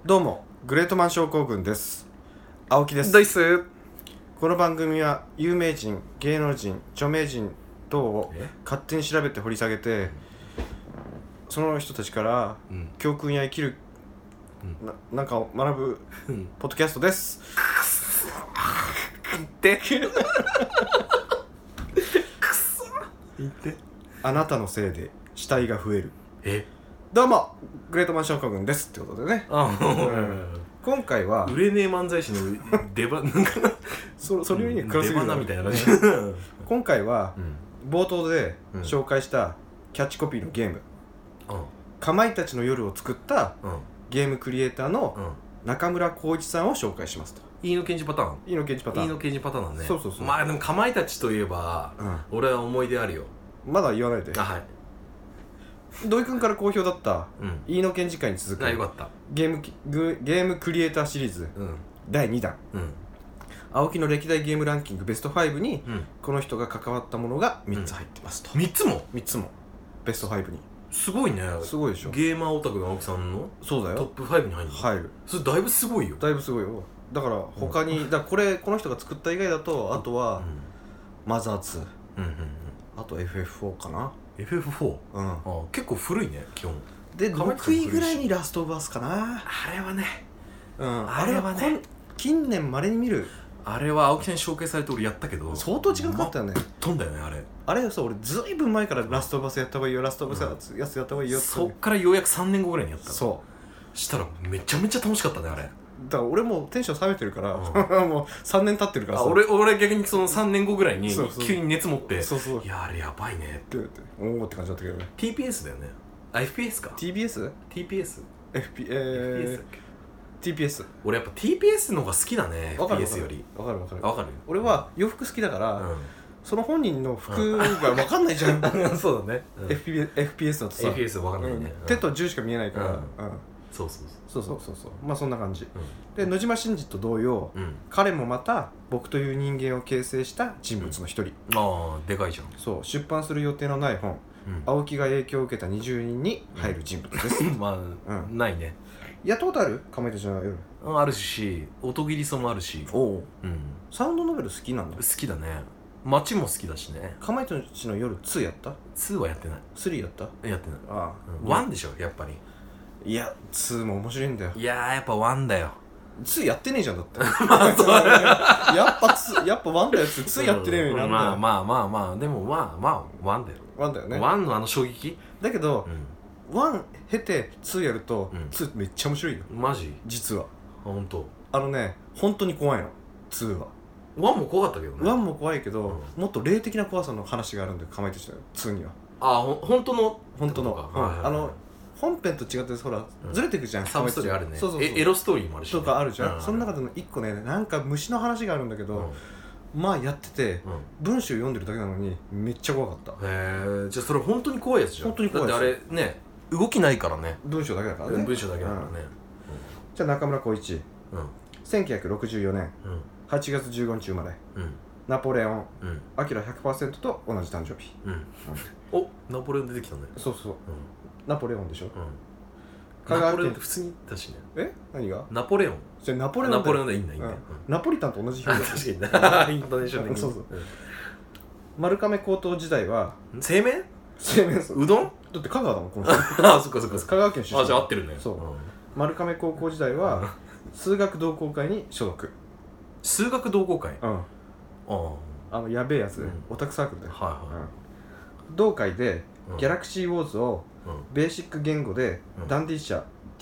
どうもグレートマン症候群です。青木です。 ドイス。 この番組は有名人、芸能人、著名人等を勝手に調べて掘り下げて、その人たちから教訓や生きる、なんかを学ぶポッドキャストです。 言って言ってあなたのせいで死体が増える。どうもグレートマン症候群ですってことでね。今回は売れねえ漫才師の出番なんかそれより暗すぎる出花みたいな感じ今回は冒頭で紹介したキャッチコピーのゲーム、かまいたちの夜を作ったゲームクリエイターの中村浩一さんを紹介しますと。 飯野健二パターン。 飯野健二パターン。 飯野健二パターンなんね。 そうそうそう。 まあでもかまいたちといえば、俺は思い出あるよ。 まだ言わないで。 はい。 土井くんから好評だった飯野健二会に続くよかったゲームクリエイターシリーズ第2弾、青木の歴代ゲームランキングベスト5にこの人が関わったものが3つ入ってますと。 3つも 3つもベスト5に。 すごいね。 すごいでしょ。 ゲーマーオタクの青木さんのそうだよ、 トップ5に入るの。 入る。 それだいぶすごいよ。 だいぶすごいよ。だから他にだからこの人が作った以外だと、あとはマザー2、あと FF4 かな。 FF4、結構古いね基本で6位ぐらいにラストオブアスかな。 あれはね、 あれはね近年まれに見る。 あれは青木さんに紹介されて俺やったけど相当時間かかったよね。 飛んだよねあれさ、俺ずいぶん前からラストオブアスやった方がいいよ、ラストオブアスやつやった方がいいよって、 そっからようやく3年後ぐらいにやったの。 そうしたらめちゃめちゃ楽しかったねあれ。 だから俺もうテンション冷めてるから、もう3年経ってるからさ。 俺逆にその3年後ぐらいに急に熱持っていやあれやばいねって言っておおって感じだったけどね。 TPS だよね。FPS か TBS？ TPS？ FPS TPS。 俺やっぱ TPS の方が好きだね。 FPS より。 わかる俺は洋服好きだから、その本人の服が分かんないじゃん。 そうだね。 FPS だとさ FPS 分かんないね。 手と銃しか見えないから。 そうまあそんな感じで、野島伸二と同様彼もまた僕という人間を形成した人物の一人。 ああでかいじゃん。 そう、出版する予定のない本、青木が影響を受けた20人に入る人物です。 まあないね。 やったことある？かまいたちの夜。 あるし、音切りそもあるし。 サウンドノベル好きなんだ。 好きだね。街も好きだしね。 かまいたちの夜2やった？ 2 はやってない。 3やった？ やってない。 ああ、 1でしょやっぱり。 いや2も面白いんだよ。 いやーやっぱ1だよ。 2やってねえじゃんだって。まあそうやっぱ1だよ。2やってねえよ。なんだよ。 まあでもまあ1だよ。 1だよね。 1の衝撃だけど、1経て2やると、2めっちゃ面白いよ。 マジ？ 実は本当。 本当に怖いの2は。 1も怖かったけどね。 1も怖いけど、もっと霊的な怖さの話があるんで、かまいたちの2には。 本当の本編と違ってほらずれていくじゃん。 サブストーリーあるね。 そうエロストーリーもあるしとかあるじゃん。その中でも1個ね、なんか虫の話があるんだけど、まあやってて文章読んでるだけなのにめっちゃ怖かった。 へえ。じゃあそれ本当に怖いやつじゃん。 本当に怖いやつ。 だってあれね、動きないからね。 文章だけだからね。 文章だけだからね。 じゃあ中村浩一、1964年8月15日生まれ、ナポレオン、アキラ 100% と同じ誕生日。 お、ナポレオン出てきたね。 そうそう、ナポレオンでしょ。 ナポレオンって普通に言ったしね。 何が？ ナポレオン。 じゃあナポレオンでいいんだ。 ナポリタンと同じ表現。 確かにイントネーション的に。 そう丸亀高等時代は製麺うどんだって香川だもんこの人。 ああそっか香川県出身。 じゃあ合ってるね。 そう、丸亀高校時代は数学同好会に所属。 数学同好会？ やべえやつでオタクサークルで。同会でギャラクシーウォーズをベーシック言語でダンディ社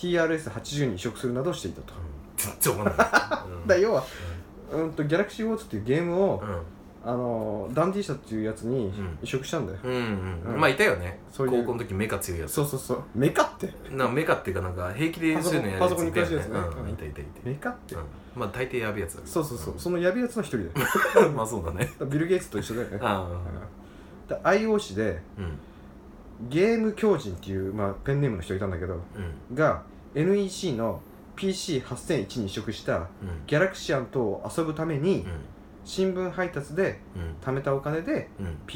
TRS80 に移植するなどしていたと。 全然わかんないだ要はギャラクシーウォーズっていうゲームをダンディ社っていうやつに移植したんだよ。 まあいたよね。高校の時メカ強いやつ。 そうメカってメカっていうかなんか平気でそういうのやるやついたよね。 パソコンに詳しいやつね。 いたメカってまあ大抵やべえやつだ。 そうそのやべえやつの一人だよ。 まあそうだね。 ビル・ゲイツと一緒だよね。IO 誌でゲーム狂人っていうペンネームの人いたんだけどが NEC の PC8001 に移植したギャラクシアン等を遊ぶために新聞配達で貯めたお金で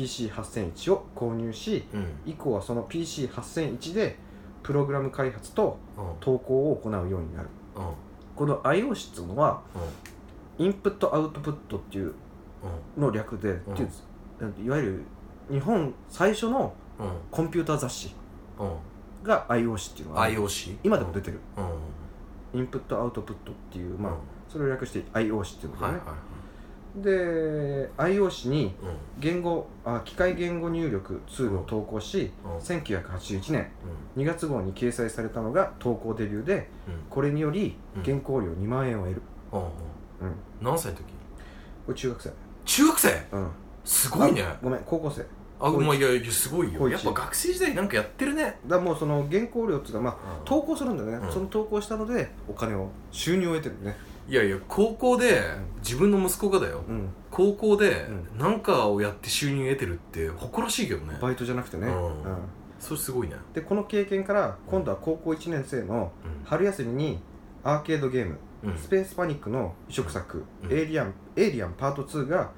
PC8001 を購入し、以降はその PC8001 でプログラム開発と投稿を行うようになる。 この IOC っていうのは、インプットアウトプットっていうの略で、っていういわゆる日本最初のコンピューター雑誌が IOC っていうのが、今でも出てる、インプットアウトプットっていう、それを略して IOC っていうのだね、で IOC に機械言語入力ツールを投稿し、1981年2月号に掲載されたのが投稿デビューで、これにより原稿料2万円を得る。 何歳の時？ これ中学生。 中学生？すごいね。 ごめん、高校生。 いやすごいよ。やっぱ学生時代なんかやってるね。 だからもうその原稿料っていうか投稿するんだよね。その投稿したのでお金を収入を得てるね。 いや高校で自分の息子がだよ、高校で何かをやって収入得てるって誇らしいけどね。 バイトじゃなくてね。 それすごいね。 でこの経験から今度は高校1年生の春休みにアーケードゲームスペースパニックの移植作エイリアンパート2が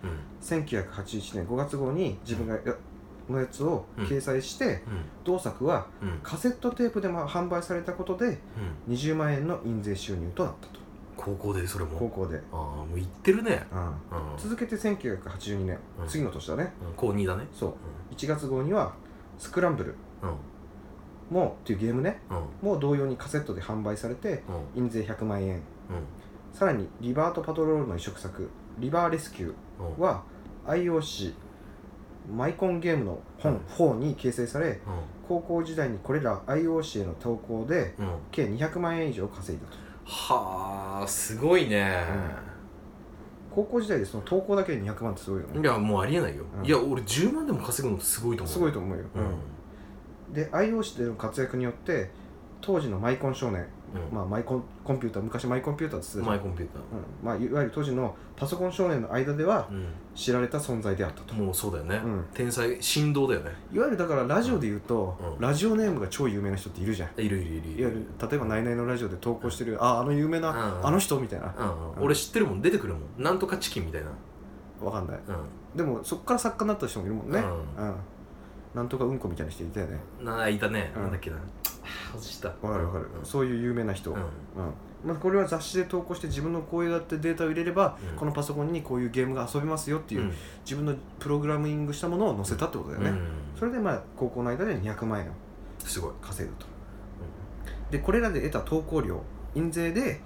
1981年5月号に自分がのやつを掲載して、同作はカセットテープでも販売されたことで20万円の印税収入となったと。 高校でそれも？ 高校で。 もう行ってるね。 続けて1982年、次の年だね。 高2だね。 そう。1月号にはスクランブルもっていうゲームね、もう同様にカセットで販売されて印税100万円。さらにリバートパトロールの移植作リバーレスキューは IOC マイコンゲームの本4に掲載され、高校時代にこれら IOC への投稿で計200万円以上稼いだと。 はあ、すごいね。 高校時代でその投稿だけで200万ってすごいよね。 いやもうありえないよ。いや俺10万でも稼ぐのってすごいと思う。 すごいと思うよ。で IOC での活躍によって当時のマイコン少年、マイコンピューター、昔マイコンピューターって言ってたじゃん。 マイコンピューター、 いわゆる当時のパソコン少年の間では知られた存在であったと。 もうそうだよね、天才神童だよね。 いわゆるだからラジオで言うと、ラジオネームが超有名な人っているじゃん。 いる。 いわゆる例えばナイナイのラジオで投稿してる、あの有名なあの人みたいな。 俺知ってるもん、出てくるもん。なんとかチキンみたいな。 わかんない。でもそっから作家になった人もいるもんね。なんとかうんこみたいな人いたよね。 いたね。なんだっけな。外した。 わかる。そういう有名な人。これは雑誌で投稿して自分のこうやってデータを入れれば、このパソコンにこういうゲームが遊べますよっていう自分のプログラミングしたものを載せたってことだよね。それで高校の間で200万円をすごい稼ぐと。でこれらで得た投稿料印税で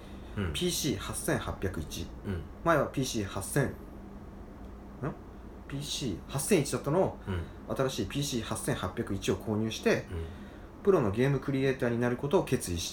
PC8801、前は PC8001 だったのを新しい PC8801 を購入してプロのゲームクリエイターになることを決意して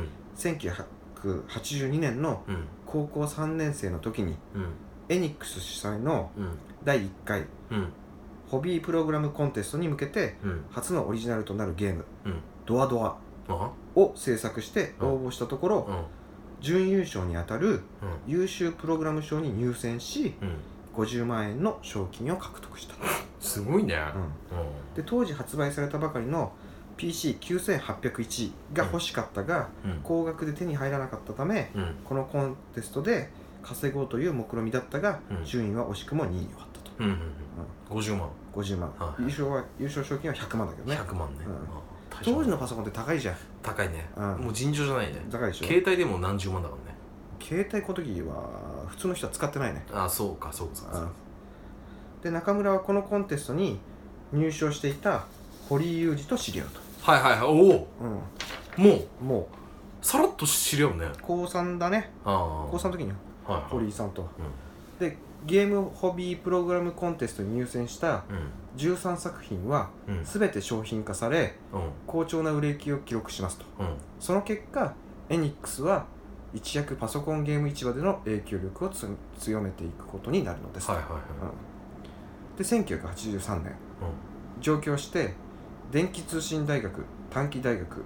、1982年の高校3年生の時に、エニックス主催の第1回ホビープログラムコンテストに向けて初のオリジナルとなるゲーム、ドアドアを制作して応募したところ、準優勝にあたる優秀プログラム賞に入選し、50万円の賞金を獲得した。 すごいね。 で当時発売されたばかりのPC9801 が欲しかったが、高額で手に入らなかったため、このコンテストで稼ごうという目論見だったが、順位は惜しくも2位に終わったと。 50万。 優勝賞金は100万だけどね。 100万ね。 当時のパソコンって高いじゃん。 高いね。もう尋常じゃないね。 高いでしょ。 携帯でも何十万だからね。 携帯この時は普通の人は使ってないね。 そうか。 で中村はこのコンテストに入賞していた堀井雄二と知り合うと。 おお、もうさらっと知り合うね。 高3だね。高3の時に堀井さんと、でゲームホビープログラムコンテストに入選した13作品は全て商品化され、好調な売れ行きを記録しますと。その結果エニックスは一躍パソコンゲーム市場での影響力を強めていくことになるのです。で1983年、上京して電気通信大学短期大学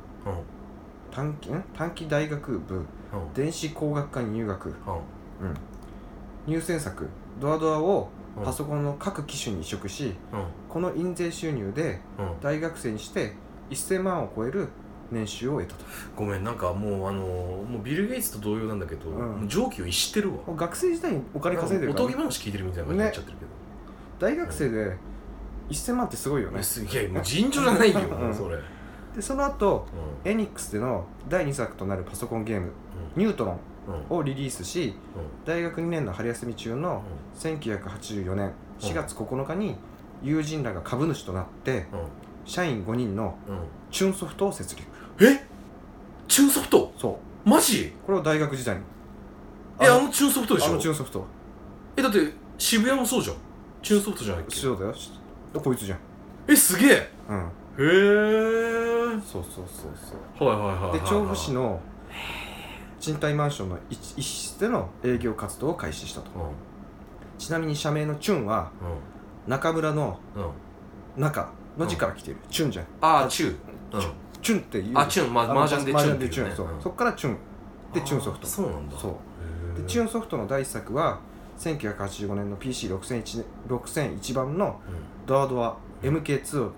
部電子工学科に入学。入選作ドアドアをパソコンの各機種に移植し、この印税収入で大学生にして1000万を超える年収を得たと。 ごめん、なんかもうビル・ゲイツと同様なんだけど、上記を逸してるわ。 学生時代にお金稼いでるから、 おとぎ話聞いてるみたいな感じになっちゃってるけど、 大学生で1000万ってすごいよね。 いやもう尋常じゃないよそれ。 でその後、エニックスでの第2作となるパソコンゲーム、ニュートロンをリリースし、大学2年の春休み中の1984年4月9日に友人らが株主となって、社員5人のチューンソフトを設立。 チューンソフト？ そうマジ？ これを大学時代にあのチューンソフトでしょ？ あのチューンソフトだって渋谷もそうじゃん。チューンソフトじゃないっけ？ そうだよ、こいつじゃん。 すげえ。へえ。 そうはいで調布市の賃貸マンションの一室での営業活動を開始したと。ちなみに社名のチュンは中村の中の字から来ている。チュンじゃん。 チュンチュンっていう。 チュン、麻雀でチュンっていうね。 そっからチュンでチュンソフト。 そうなんだ。 でチュンソフトの第一作は1985年の PC6001 版のドアドア MK2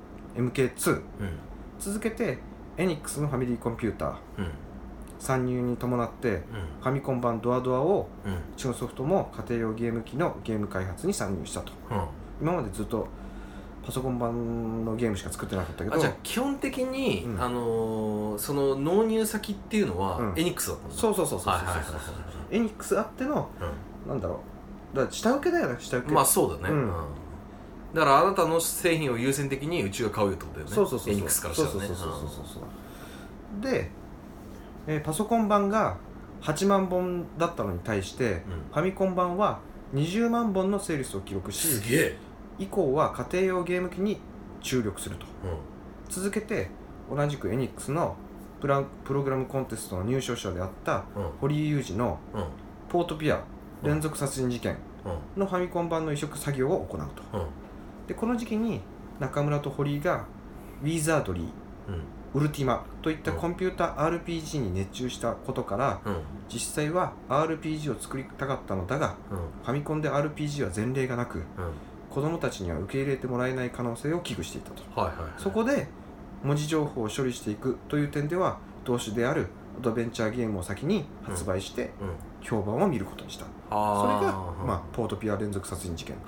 続けてエニックスのファミリーコンピューター参入に伴ってファミコン版ドアドアをチューンソフトも家庭用ゲーム機のゲーム開発に参入したと。今までずっとパソコン版のゲームしか作ってなかったけど、 じゃあ基本的に、その納入先っていうのはエニックスだったんだ。 そうエニックスあっての、なんだろう、だから下請けだよね。下請け。 まあそうだね、だからあなたの製品を優先的にうちが買うよってことだよね。エニックスからしたらね。 で、パソコン版が8万本だったのに対して、ファミコン版は20万本のセールスを記録し、 すげえ。 以降は家庭用ゲーム機に注力すると。続けて同じくエニックスのプログラムコンテストの入賞者であった堀井雄二のポートピア連続殺人事件のファミコン版の移植作業を行うと。でこの時期に中村と堀井がウィザードリー、ウルティマといったコンピューター RPG に熱中したことから、実際は RPG を作りたかったのだが、ファミコンで RPG は前例がなく、子供たちには受け入れてもらえない可能性を危惧していたと。そこで文字情報を処理していくという点では同種であるアドベンチャーゲームを先に発売して評判を見ることにした。それが、ポートピア連続殺人事件。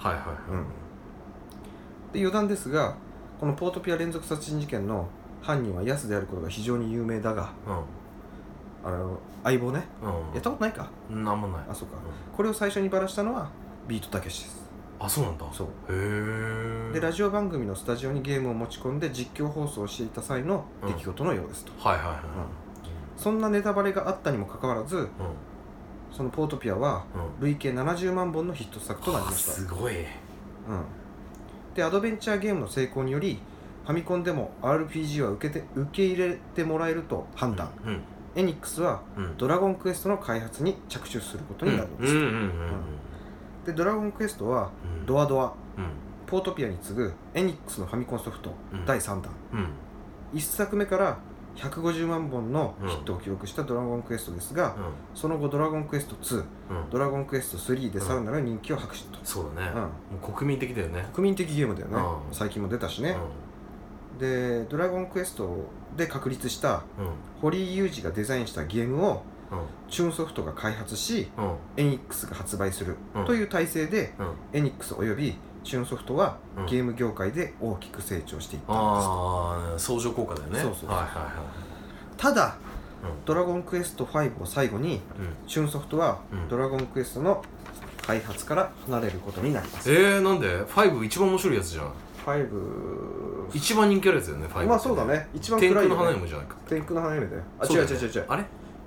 で余談ですが、このポートピア連続殺人事件の犯人はヤスであることが非常に有名だが、相棒ね、やったことないか。 なんもない。 そうか、これを最初にバラしたのはビートたけしです。 そうなんだ。 そう。 へえ。 でラジオ番組のスタジオにゲームを持ち込んで実況放送していた際の出来事のようですと。そんなネタバレがあったにもかかわらず、そのポートピアは累計70万本のヒット作となりました。 すごい。 でアドベンチャーゲームの成功によりファミコンでも RPG は受け入れてもらえると判断、エニックスはドラゴンクエストの開発に着手することになりました。でドラゴンクエストはドアドア、ポートピアに次ぐエニックスのファミコンソフト第3弾、1作目から150万本のヒットを記録したドラゴンクエストですが、その後ドラゴンクエスト2、ドラゴンクエスト3でさらなる人気を博したと。 そうだね、もう国民的だよね。 国民的ゲームだよね、最近も出たしね。でドラゴンクエストで確立した堀井雄二がデザインしたゲームをチューンソフトが開発し、エニックスが発売するという体制で、エニックスおよびチューンソフトはゲーム業界で大きく成長していったんですと。 相乗効果だよね。 ただ、ドラゴンクエスト5を最後に、チューンソフトはドラゴンクエストの開発から離れることになります。 なんで ?5 一番面白いやつじゃん。 5 一番人気あるやつだよね。5 そうだね。一番暗いよね。 天空の花嫁じゃないか。 天空の花嫁だよ。違う。 あれ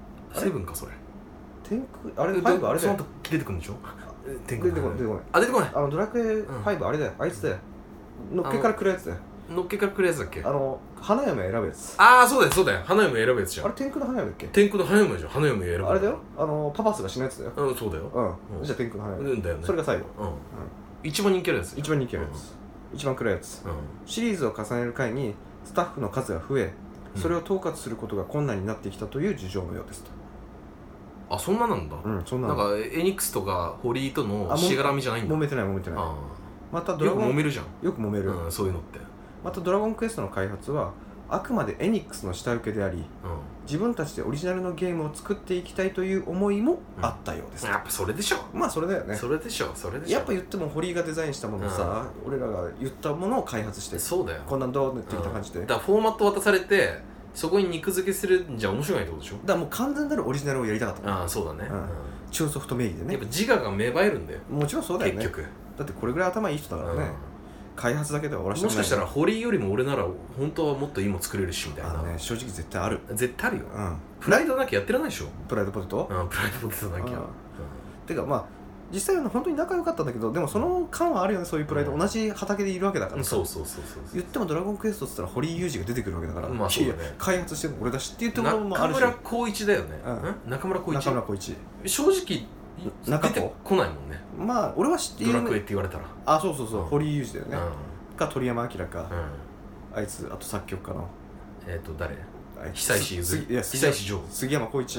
7かそれ。 天空あれ5あれだよ。 その後出てくるんでしょ。 出てこない。 出てこない。 ドラクエ5あれだよ。あいつだよ。のっけから来るやつだよ。 のっけから来るやつだっけ。 花嫁選ぶやつ。 そうだよ。花嫁選ぶやつじゃん。 あれ天空の花嫁だっけ。 天空の花嫁じゃん。花嫁選ぶ。 あれだよ。パパスが死ぬやつだよ。 そうだよ。 じゃあ天空の花嫁だよね。 それが最後。 一番人気あるやつ。 一番人気あるやつ。一番暗いやつ。シリーズを重ねる回にスタッフの数が増え、それを統括することが困難になってきたという事情のようですと。 そんななんだ。なんかエニックスとか堀井とのしがらみじゃないんだ。 揉めてない。またドラゴンよく揉めるじゃん。 よく揉める。 そういうのって。 またドラゴンクエストの開発はあくまでエニックスの下請けであり、自分たちでオリジナルのゲームを作っていきたいという思いもあったようです。 やっぱそれでしょ。 それだよね。 それでしょ。 やっぱ言っても堀井がデザインしたものを俺らが言ったものを開発して、 そうだよ。 こんなんどうってきた感じで。 だからフォーマット渡されてそこに肉付けするんじゃ面白いってことでしょ。 だからもう完全なるオリジナルをやりたかった。 ああそうだね、 チューンソフト名義でね。 やっぱ自我が芽生えるんだよ。 もちろんそうだよね。 結局だってこれぐらい頭いい人だからね、開発だけでは終わらせてもしかしたら堀井よりも俺なら本当はもっといいもん作れるしみたいな。 ね、正直絶対ある。 絶対あるよ、プライドなきゃやってらないでしょ。 プライドポテト、 プライドポテトなきゃ、 てかまあ実際は本当に仲良かったんだけど、でもその感はあるよね、そういうプライド、同じ畑でいるわけだから。 そうそう言ってもドラゴンクエストって言ったら堀井雄二が出てくるわけだから、 まあそうだね、 開発してるの俺だしっていうところもあるし。 中村浩一だよね、中村浩一正直出てこないもんね。 まあ俺は知っている。 ドラクエって言われたら、 あ、そう堀井雄二だよね、か鳥山明か、あいつ、あと作曲家の誰、久石譲、久石譲、 杉山浩一、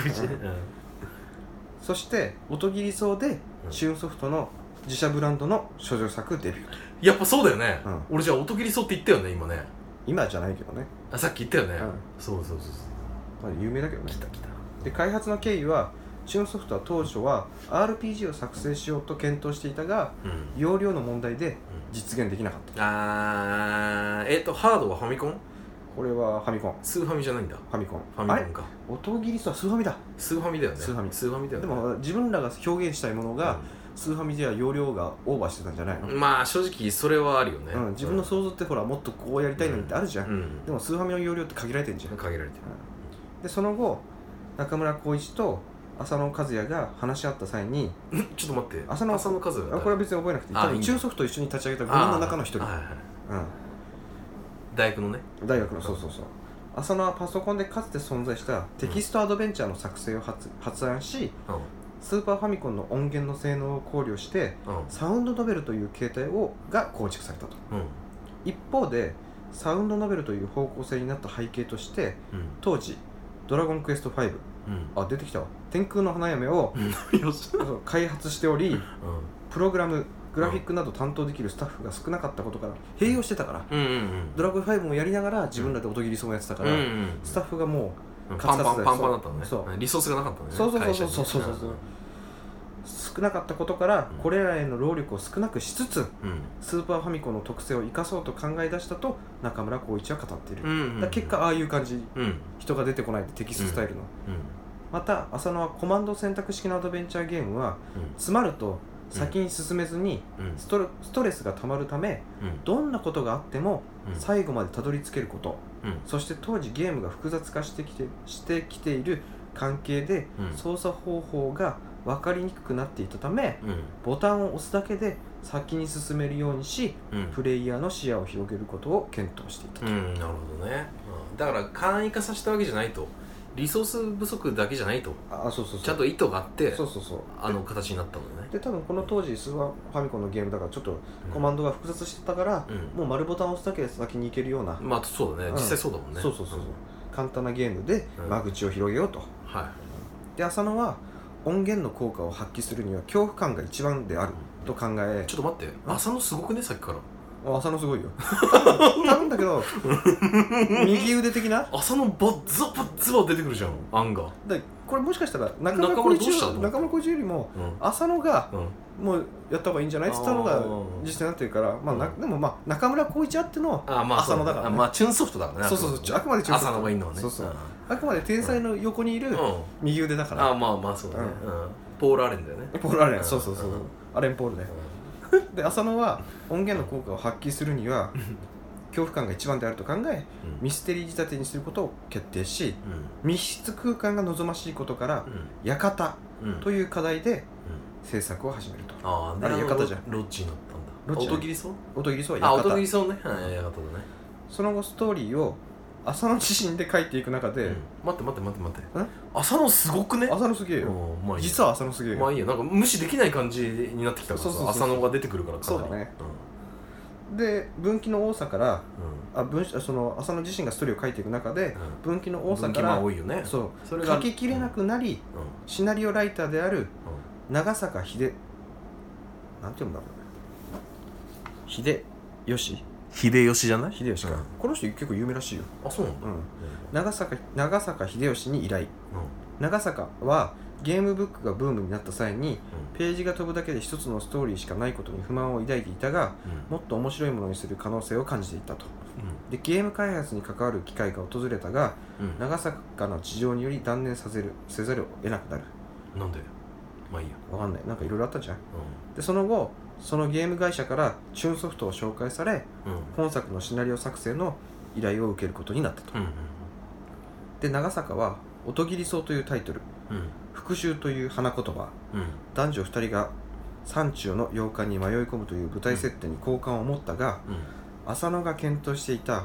そして音切り層でチューンソフトの自社ブランドの処女作デビューと。 やっぱそうだよね、俺じゃあ音切り層って言ったよね今ね。 今じゃないけどね、 さっき言ったよね、そうまあ有名だけどね。 来たで、開発の経緯はチューンソフトは当初は RPG を作成しようと検討していたが、容量の問題で実現できなかった。 ハードはファミコン？ これはファミコン。 スーファミじゃないんだ。 ファミコンか。音切り層はスーファミだ。 スーファミだよね。 スーファミだよね。でも自分らが表現したいものが、スーファミでは容量がオーバーしてたんじゃないの？ まあ正直それはあるよね、 自分の想像ってほらもっとこうやりたいのにってあるじゃん、でもスーファミの容量って限られてんじゃん。 限られてる、 でその後中村浩一と浅野和也が話し合った際にちょっと待って、 浅野和也、これは別に覚えなくていい。多分チューンソフトを一緒に立ち上げた5人の中の一人。大学のね。大学の、そう浅野はパソコンでかつて存在したテキストアドベンチャーの作成を発案し、スーパーファミコンの音源の性能を考慮して、サウンドノベルという形態が構築されたと、一方でサウンドノベルという方向性になった背景として、当時ドラゴンクエスト5、出てきたわ、天空の花嫁を開発しており、プログラムグラフィックなど担当できるスタッフが少なかったことから併用してたから、ドラクエ5もやりながら自分らで音切り層もやってたから、スタッフがもうパンパンだったのね。リソースがなかったのね。 そう少なかったことから、これらへの労力を少なくしつつ、スーパーファミコンの特性を生かそうと考え出したと中村浩一は語っている。結果ああいう感じ、人が出てこないでテキストスタイルの。また浅野はコマンド選択式のアドベンチャーゲームは、詰まると先に進めずにストレスがたまるため、どんなことがあっても最後までたどり着けること、そして当時ゲームが複雑化してきている関係で、操作方法が分かりにくくなっていたため、ボタンを押すだけで先に進めるようにし、プレイヤーの視野を広げることを検討していたと。 なるほどね、だから簡易化させたわけじゃないと、リソース不足だけじゃないと、ちゃんと意図があってあの形になったんだね。 で多分この当時スーパーファミコンのゲームだからちょっとコマンドが複雑してたから、もう丸ボタンを押すだけで先に行けるような、 まあそうだね、実際そうだもんね。 簡単なゲームで間口を広げようと。で浅野は音源の効果を発揮するには恐怖感が一番であると考え。 ちょっと待って、浅野すごくね、さっきから。 浅野すごいよ多分だけど右腕的な浅野バッザバッズバ出てくるじゃん、案が。 これもしかしたら中村浩一よりも浅野がもうやった方がいいんじゃないって言ったのが実際になってるから、でも中村浩一あっての浅野だからね。 チューンソフトだからね。 あくまでチューンソフト、 浅野がいいのはね。 あくまで天才の横にいる右腕だから。 まあそうだね。ポール・アレンだよね。 ポール・アレン、そうアレン・ポールだよ。で浅野は音源の効果を発揮するには恐怖感が一番であると考え、ミステリー仕立てにすることを決定し、密室空間が望ましいことから、館という課題で制作を始めると。 あれ館じゃん、ロッジになったんだ。音切り層は館。音切り層ね、館だね。 その後ストーリーを浅野自身で書いていく中で、 待って浅野すごくね。 浅野すげえよ、実は浅野すげえよ。 まあいいよ、なんか無視できない感じになってきたからさ、浅野が出てくるから。 そうだね。で分岐の多さから、その浅野自身がストーリーを書いていく中で、分岐の多さから書ききれなくなり、シナリオライターである長坂なんて読むんだろう、秀吉じゃない？秀吉か、この人結構有名らしいよ。 あ、そうなんだ。 長坂秀吉に依頼。長坂はゲームブックがブームになった際に、ページが飛ぶだけで一つのストーリーしかないことに不満を抱いていたが、もっと面白いものにする可能性を感じていたと。 でゲーム開発に関わる機会が訪れたが、長坂の事情により断念せざるを得なくなる。 なんで？まあいいや、 わかんない、なんかいろいろあったじゃん、でその後そのゲーム会社からチューンソフトを紹介され、本作のシナリオ作成の依頼を受けることになったと、で長坂は音切り草というタイトル、復讐という花言葉、男女2人が山中の洋館に迷い込むという舞台設定に好感を持ったが、浅野が検討していた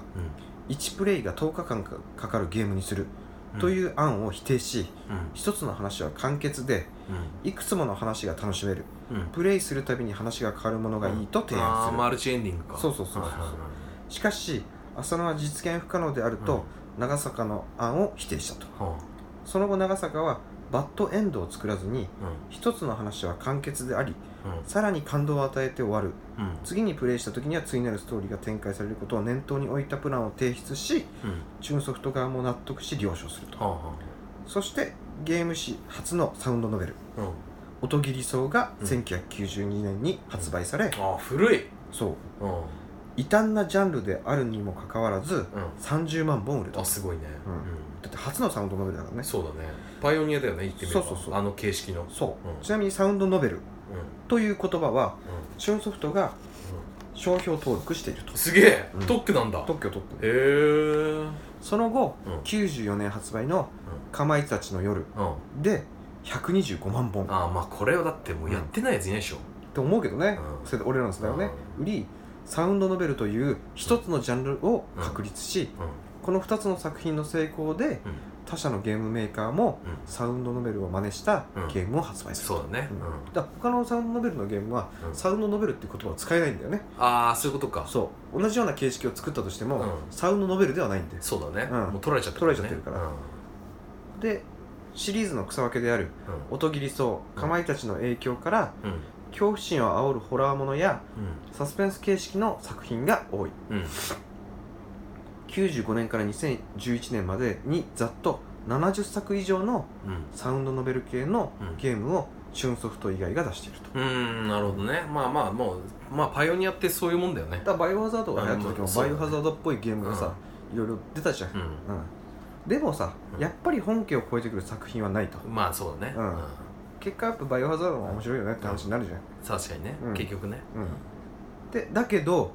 1プレイが10日間かかるゲームにするという案を否定し、一つの話は完結で、いくつもの話が楽しめる、プレイするたびに話が変わるものがいいと提案する。 マルチエンディングか。 そうしかし浅野は実現不可能であると、長坂の案を否定したと、その後長坂はバッドエンドを作らずに、一つの話は完結であり、さらに感動を与えて終わる、次にプレイした時には次なるストーリーが展開されることを念頭に置いたプランを提出し、チューンソフト側も納得し了承すると、そしてゲーム史初のサウンドノベル、音切り草が1992年に発売され、 古い。 そう、異端なジャンルであるにもかかわらず、30万本売れた。 すごいね、 だって初のサウンドノベルだからね。 そうだね、パイオニアだよね、言ってみれば。あの形式の。 ちなみにサウンドノベルという言葉は、チューンソフトが商標登録していると。 すげえ、特許なんだ。 特許取ってる。へえ。 その後、94年発売のかまいたちの夜で125万本。 まあこれはだってもうやってないやついないでしょって思うけどね、それで俺らの世代はね、売りサウンドノベルという一つのジャンルを確立し、この2つの作品の成功で、他社のゲームメーカーもサウンドノベルを真似したゲームを発売する。 そうだね。 だから他のサウンドノベルのゲームはサウンドノベルっていう言葉を使えないんだよね。 そういうことか。 そう同じような形式を作ったとしても、サウンドノベルではないんで。 そうだね、もう取られちゃってるから、でシリーズの草分けである音切り草、かまいたちの影響から、恐怖心を煽るホラーものや、サスペンス形式の作品が多い、95年から2011年までにざっと70作以上のサウンドノベル系のゲームをチューンソフト以外が出していると。 なるほどね。もうパイオニアってそういうもんだよね。 だからバイオハザードが流行った時もバイオハザードっぽいゲームがさ、いろいろ出たじゃん、でもさ、やっぱり本家を超えてくる作品はないと。 そうだね、 結果やっぱバイオハザードが面白いよねって話になるじゃん。 確かにね、結局ね。 でだけど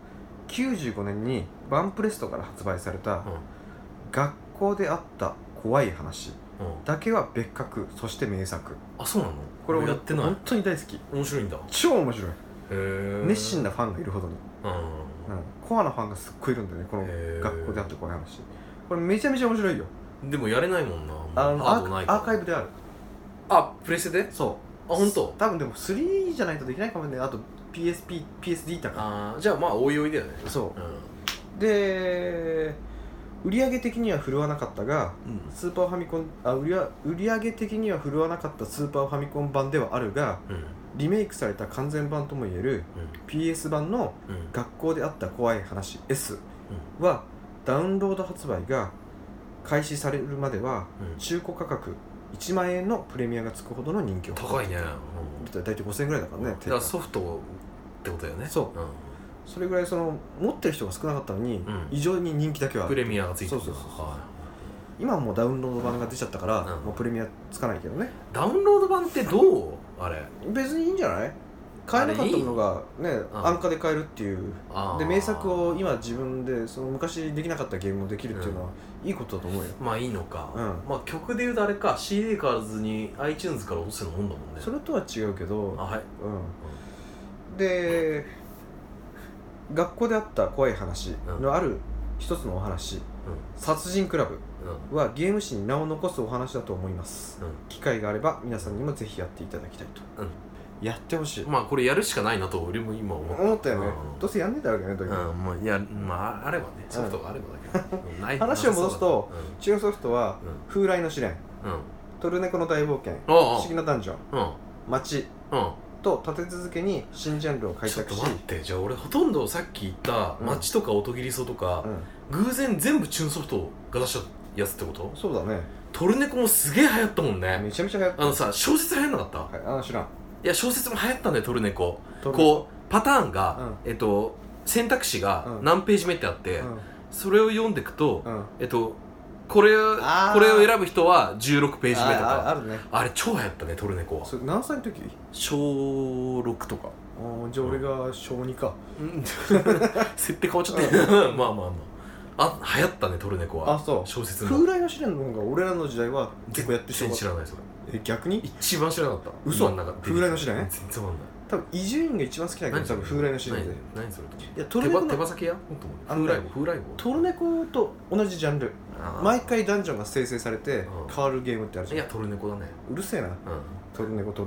95年にバンプレストから発売された学校であった怖い話だけは別格、そして名作。 そうなの？ これ俺やってない。本当に大好き。 面白いんだ。 超面白い。熱心なファンがいるほどに、コアなファンがすっごいいるんだよね、この学校であった怖い話。これめちゃめちゃ面白いよ。 でもやれないもんな、 アーカイブである。 プレステで？そう。本当？ 多分でも3じゃないとできないかもね。あと PSP、PSD とか。 じゃあおいおいだよね。 で売上的には振るわなかったが、スーパーファミコン売上的には振るわなかったスーパーファミコン版ではあるが、リメイクされた完全版ともいえる PS 版の学校であった怖い話 S は、ダウンロード発売が開始されるまでは中古価格1万円のプレミアがつくほどの人気を高いね。 だいたい5000円ぐらいだからね。 だからソフトってことだよね。 それぐらい持ってる人が少なかったのに、異常に人気だけはプレミアがついてる。 今はもうダウンロード版が出ちゃったから、もうプレミアつかないけどね。 ダウンロード版ってどう？あれ別にいいんじゃない？買えなかったものがね、安価で買えるっていう。で名作を今自分で昔できなかったゲームをできるっていうのはいいことだと思うよ。 いいのか。曲でいうとあれか、 CD 買わずに iTunes から落とせるもんだもんね。 それとは違うけど、で学校であった怖い話のある一つのお話、殺人クラブはゲーム史に名を残すお話だと思います、機会があれば皆さんにもぜひやっていただきたいと、やってほしい。 これやるしかないなと俺も今思ったよね、どうせやんねえだろうね、 あればね、ソフトがあればだけど話を戻すと、チューンソフトは風来の試練、トルネコの大冒険、不思議なダンジョン、街と立て続けに新ジャンルを開拓し。 ちょっと待って、じゃあ俺ほとんどさっき言った街とか音切り草とか、偶然全部チューンソフトが出したやつってこと？ そうだね。 トルネコもすげえ流行ったもんね。 めちゃめちゃ流行った。 小説流行んなかった？ 知らん。 いや、小説も流行ったんだよ、トルネコ。こうパターンが、選択肢が何ページ目ってあって、 それを読んでいくと、これを選ぶ人は16ページ目とかあるね。 あれ超流行ったね、トルネコは。 それ何歳の時？ 小6とか。 じゃあ俺が小2か。 設定変わっちゃったまあ流行ったね、トルネコは。 あ、そう。 小説の風来の試練の方が俺らの時代は結構やってしまう。 全然知らないそれ。 逆に？ 一番知らなかった。 嘘？風来の試練？ 全然わかんない。 多分伊集院が一番好きなけど、多分風来の試練で。 何それ？ いや、トルネコ手羽先屋？風来号。 トルネコと同じジャンル。毎回ダンジョンが生成されて変わるゲームってあるじゃん。 いや、トルネコだね。 うるせえな。トルネコ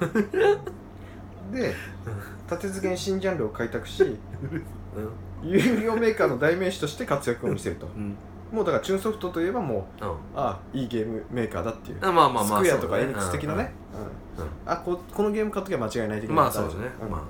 で、立て続けに新ジャンルを開拓し、有料メーカーの代名詞として活躍を見せると。もうだからチューンソフトといえばもう、いいゲームメーカーだっていう。スクエアとかエニックス的なね。このゲーム買っときゃ間違いない的な。 まあそうですね。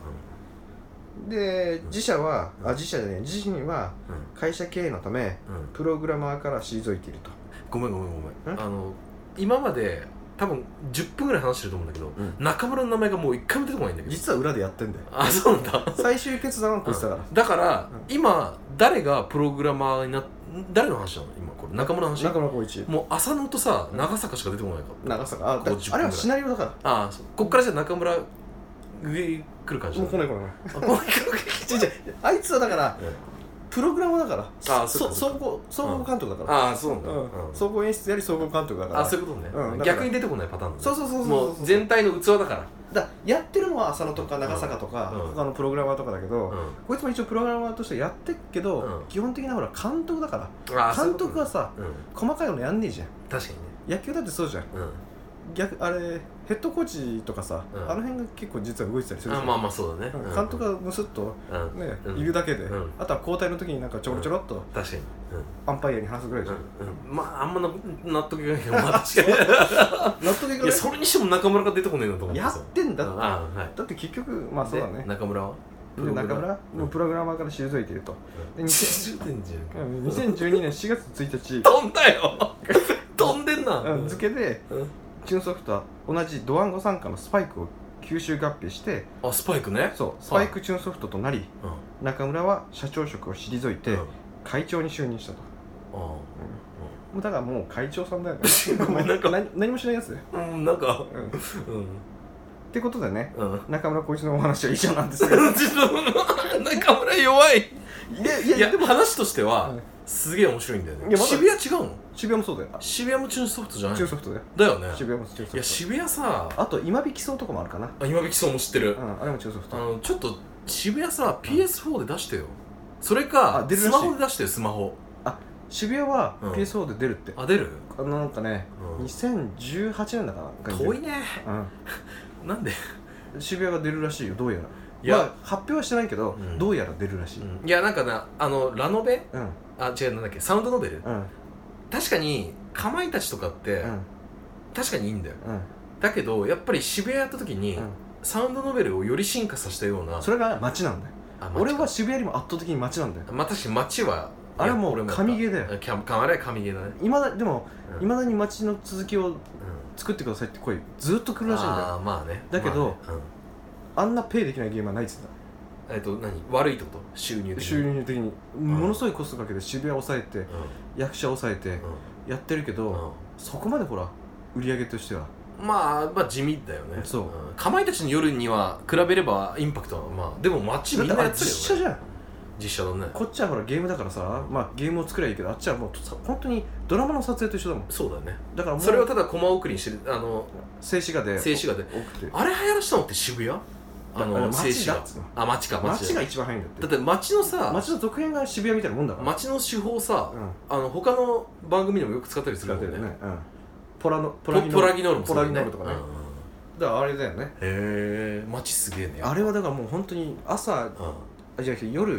で、自社は自身は会社経営のためプログラマーから退いていると。 ごめん今まで多分10分ぐらい話してると思うんだけど、中村の名前がもう一回も出てこないんだけど、 実は裏でやってんだよ。 あ、そうなんだ。 最終決断はこいつだから。 だから今誰がプログラマーになって、誰の話なの今これ？中村の話？ 中村浩一。 もう浅野とさ長坂しか出てこないか。 長坂、あれはシナリオだから。 こっからじゃあ中村上来る感じ。 もう来ない。あいつはだからプログラマーだから。総合監督だから。 そうなんだ。 総合演出やり総合監督だから。 そういうことね。逆に出てこないパターンだね。 そう。 もう全体の器だから。 やってるのは浅野とか長坂とか他のプログラマーとかだけど、こいつも一応プログラマーとしてやってっけど、基本的なほら監督だから。監督はさ、細かいのやんねえじゃん。 確かにね。 野球だってそうじゃん。あれヘッドコーチとかさ、あの辺が結構実は動いてたりするじゃん。 まあそうだね。 監督がムスッとねいるだけで、あとは交代の時になんかちょろちょろっと確かにアンパイアに話すぐらいじゃん。 あんま納得いかないけど、確かに納得いかない。 それにしても中村が出てこないなと思ってやってんだって。だって結局まあそうだね。 中村は中村のプログラマーから退いていると。2012年4月1日飛んだよ飛んでんな付けでチューンソフトは同じドワンゴ傘下のスパイクを吸収合併して、 スパイクね。 そう、スパイクチューンソフトとなり、中村は社長職を退いて会長に就任したと。もうだからもう会長さんだよね。何もしないやつだよ。 なんかってことでね、中村浩一のお話は以上なんですが、 中村弱い。いやでも話としてはすげえ面白いんだよね。渋谷違うの？ 渋谷もそうだよ。 渋谷もチューンソフトじゃない？ チューンソフトだよ。 だよね。 渋谷もチューンソフト。 いや渋谷さ、 あと今引きそうとかもあるかな。 今引きそうも知ってる。 あれもチューンソフト。 ちょっと渋谷さ PS4 で出してよ。それかスマホで出してよ、スマホ。 渋谷は PS4 で出るって。 出る？ なんかね、2018年だかな。 遠いね。なんで？ 渋谷が出るらしいよ、どうやら。いや発表はしてないけど、どうやら出るらしい。 いやなんかな、ラノベ？違う、なんだっけ、サウンドノベル？確かにかまいたちとかって確かにいいんだよ。だけどやっぱり渋谷やった時にサウンドノベルをより進化させたような。 それが街なんだよ。俺は渋谷よりも圧倒的に街なんだよ。 確かに街はあれはもう神ゲーだよ。 あれは神ゲーだね。 でもいまだに街の続きを作ってくださいって声ずっと来るらしいんだよ。 まあね。 だけどあんなペイできないゲームはないっつった。 悪いってこと？収入的にものすごいコストかけて渋谷を抑えて役者を抑えてやってるけど、そこまでほら売り上げとしてはまあ地味だよね。そう、かまいたちの夜には比べればインパクトはでも街みんなやってるよね。 実写じゃん。 実写だね。 こっちはほらゲームだからさ、ゲームを作ればいいけど、あっちはもう本当にドラマの撮影と一緒だもん。 そうだね。 だからもうそれをただコマ送りにしてる静止画であれ流行らしたのって渋谷？ 街だっつの。街が一番早いんだって。 だって街の続編が渋谷みたいなもんだから。 街の手法さ、他の番組でもよく使ったりするもんね。 ポラギノールとかね。だからあれだよね。 へえ、街すげえね。 あれはだからもう本当に朝じゃあ夜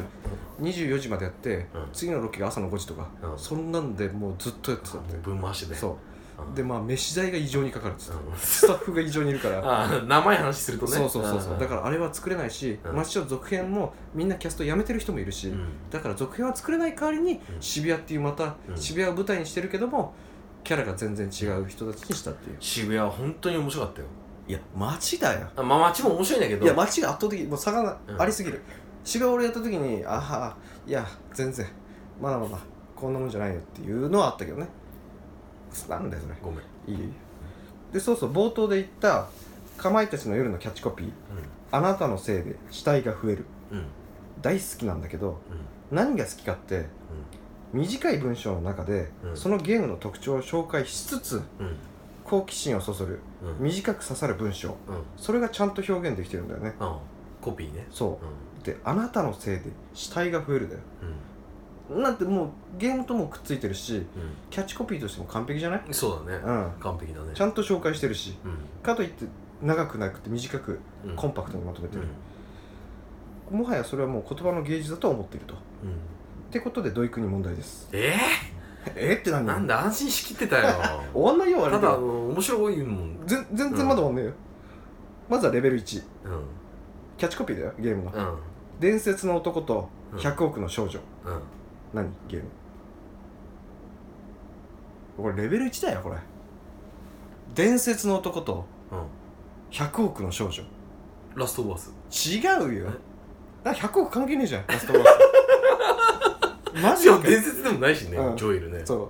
24時までやって、次のロケが朝の5時とか、そんなんでもうずっとやってたって。 分回しで。 そうで飯代が異常にかかるっつって、スタッフが異常にいるから生い話するとね。 そうだからあれは作れないし、街の続編もみんなキャスト辞めてる人もいるし、だから続編は作れない代わりに渋谷っていうまた渋谷を舞台にしてるけどもキャラが全然違う人たちにしたっていう。 渋谷は本当に面白かったよ。 いや街だよ。 街も面白いんだけど、 いや街が圧倒的、もう差がありすぎる。渋谷俺やった時にいや全然まあこんなもんじゃないよっていうのはあったけどね。なんだよそれ。 ごめん。 いいで、そう冒頭で言ったかまいたちの夜のキャッチコピー、あなたのせいで死体が増える、大好きなんだけど、何が好きかって、短い文章の中で、そのゲームの特徴を紹介しつつ、好奇心をそそる、短く刺さる文章、それがちゃんと表現できてるんだよね。 コピーね。 そう、であなたのせいで死体が増えるだよ、なんてもうゲームともくっついてるし、キャッチコピーとしても完璧じゃない？ そうだね、完璧だね。 ちゃんと紹介してるし、かといって長くなくて短く、コンパクトにまとめてる、もはやそれはもう言葉の芸術だと思っていると、ってことで土井くんに問題です。って何？ なんで安心しきってたよ終わんないよあれ。 ただ面白いもん。 全然まだ終わんないよ、まずはレベル1、キャッチコピーだよゲームの、伝説の男と100億の少女、何ゲームこれレベル1だよ。これ伝説の男と100億の少女、 ラストオブアス。 違うよ、だから100億関係ねえじゃんラストオブアスマジで伝説でもないしね、ジョエルね。 そう、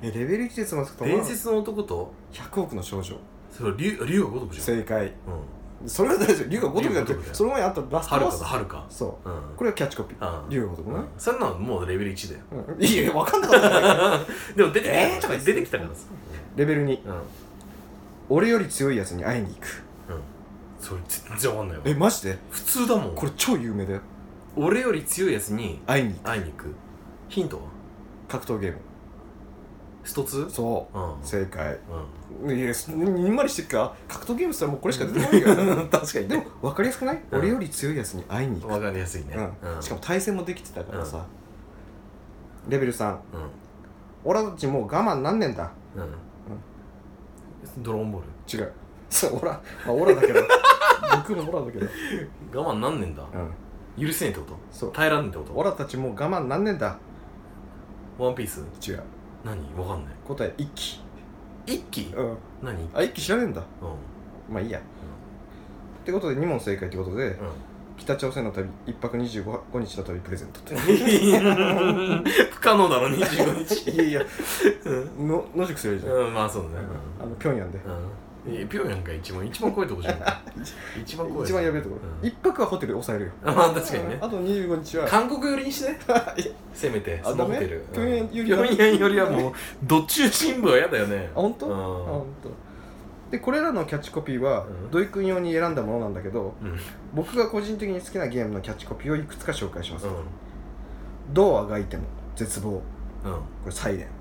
レベル1でつまずくと伝説の男と 100億の少女、 それは竜が如くじゃん。正解。それは大丈夫。竜が如くじゃなくて、その前にあったラストオブアス。 はるか。 そう、これはキャッチコピー、竜が如くね。 そんなのもうレベル1だよ。 いや分かんなかったでも出てきたからさ。 レベル2、俺より強いやつに会いに行く。 それ全然わかんないよ。 マジで？ 普通だもん。 これ超有名だよ。 俺より強いやつに会いに行く。ヒントは格闘ゲーム。 スト2？ そう、正解。いやにんまりしてるか。格闘ゲームしたらもうこれしか出てこないよ確かに。でも分かりやすくない？俺より強いやつに会いに行く。 分かりやすいね。 しかも対戦もできてたからさ。レベル3、俺たちもう我慢なんねんだ。 ドラゴンボール？違う。そうオラだけど僕もオラだけど我慢なんねんだ。許せねえってこと？そう、耐えらんねえってこと？ オラたちもう我慢なんねんだ。 ワンピース？ 違う。 何？わかんない。 答え、一期。 一期？何？ 一期知らねえんだ。まあいいや。ってことで2問正解ってことで、北朝鮮の旅1泊25日の旅プレゼントって不可能だろ25日。 いや野宿するじゃん。 まあそうだね。 平壌で平壌が一番怖いとこじゃん。一番やべえところ。1泊はホテル抑えるよ。 まあ確かにね。 あと25日は韓国寄りにしてせめてそのホテル。 平壌よりはもうど中心部は嫌だよね。 本当？でこれらのキャッチコピーは土井くん用に選んだものなんだけど、僕が個人的に好きなゲームのキャッチコピーをいくつか紹介します。どうあがいても絶望、これサイレン。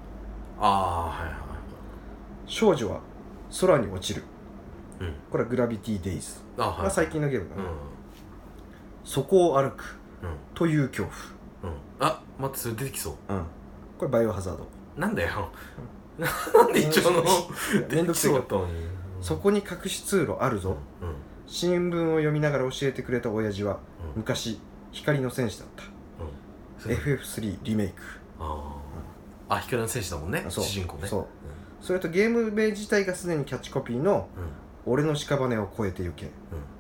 少女は空に落ちる、これはグラビティデイズが最近のゲームだね。そこを歩くという恐怖。 待って、それ出てきそう。 これバイオハザード。 なんだよなんで一応のめんどくさかったのに。そこに隠し通路あるぞ。新聞を読みながら教えてくれた親父は昔光の戦士だった。FF3 リメイク。 光の戦士だもんね、主人公ね。 それとゲーム名自体がすでにキャッチコピーの俺の屍を越えてゆけ、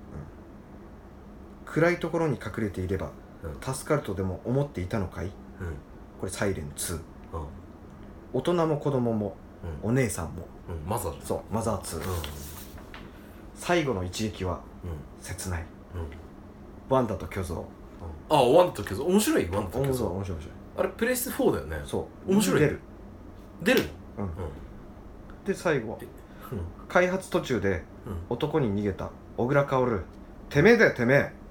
暗いところに隠れていれば助かるとでも思っていたのかい、これサイレン2。大人も子供もお姉さんも、 マザー。 そう、マザー2。最後の一撃は切ない。ワンダと巨像。 ワンダと巨像面白い。ワンダと巨像面白い。 あれプレステ4だよね。 そう、 面白い。出るの？ で最後、開発途中で男に逃げた小倉薫、てめえだよてめえ。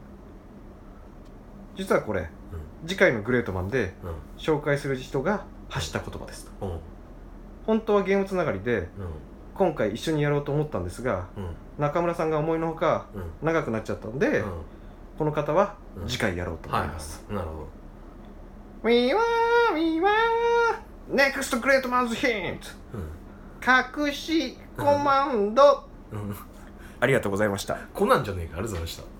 実はこれ次回のグレートマンで紹介する人が発した言葉です。本当はゲームつながりで今回一緒にやろうと思ったんですが、中村さんが思いのほか長くなっちゃったんで、この方は次回やろうと思います。 なるほど。 We are next Great Man's Hint、隠しコマンド。ありがとうございました。 コナンじゃねえか。ありがとうございました。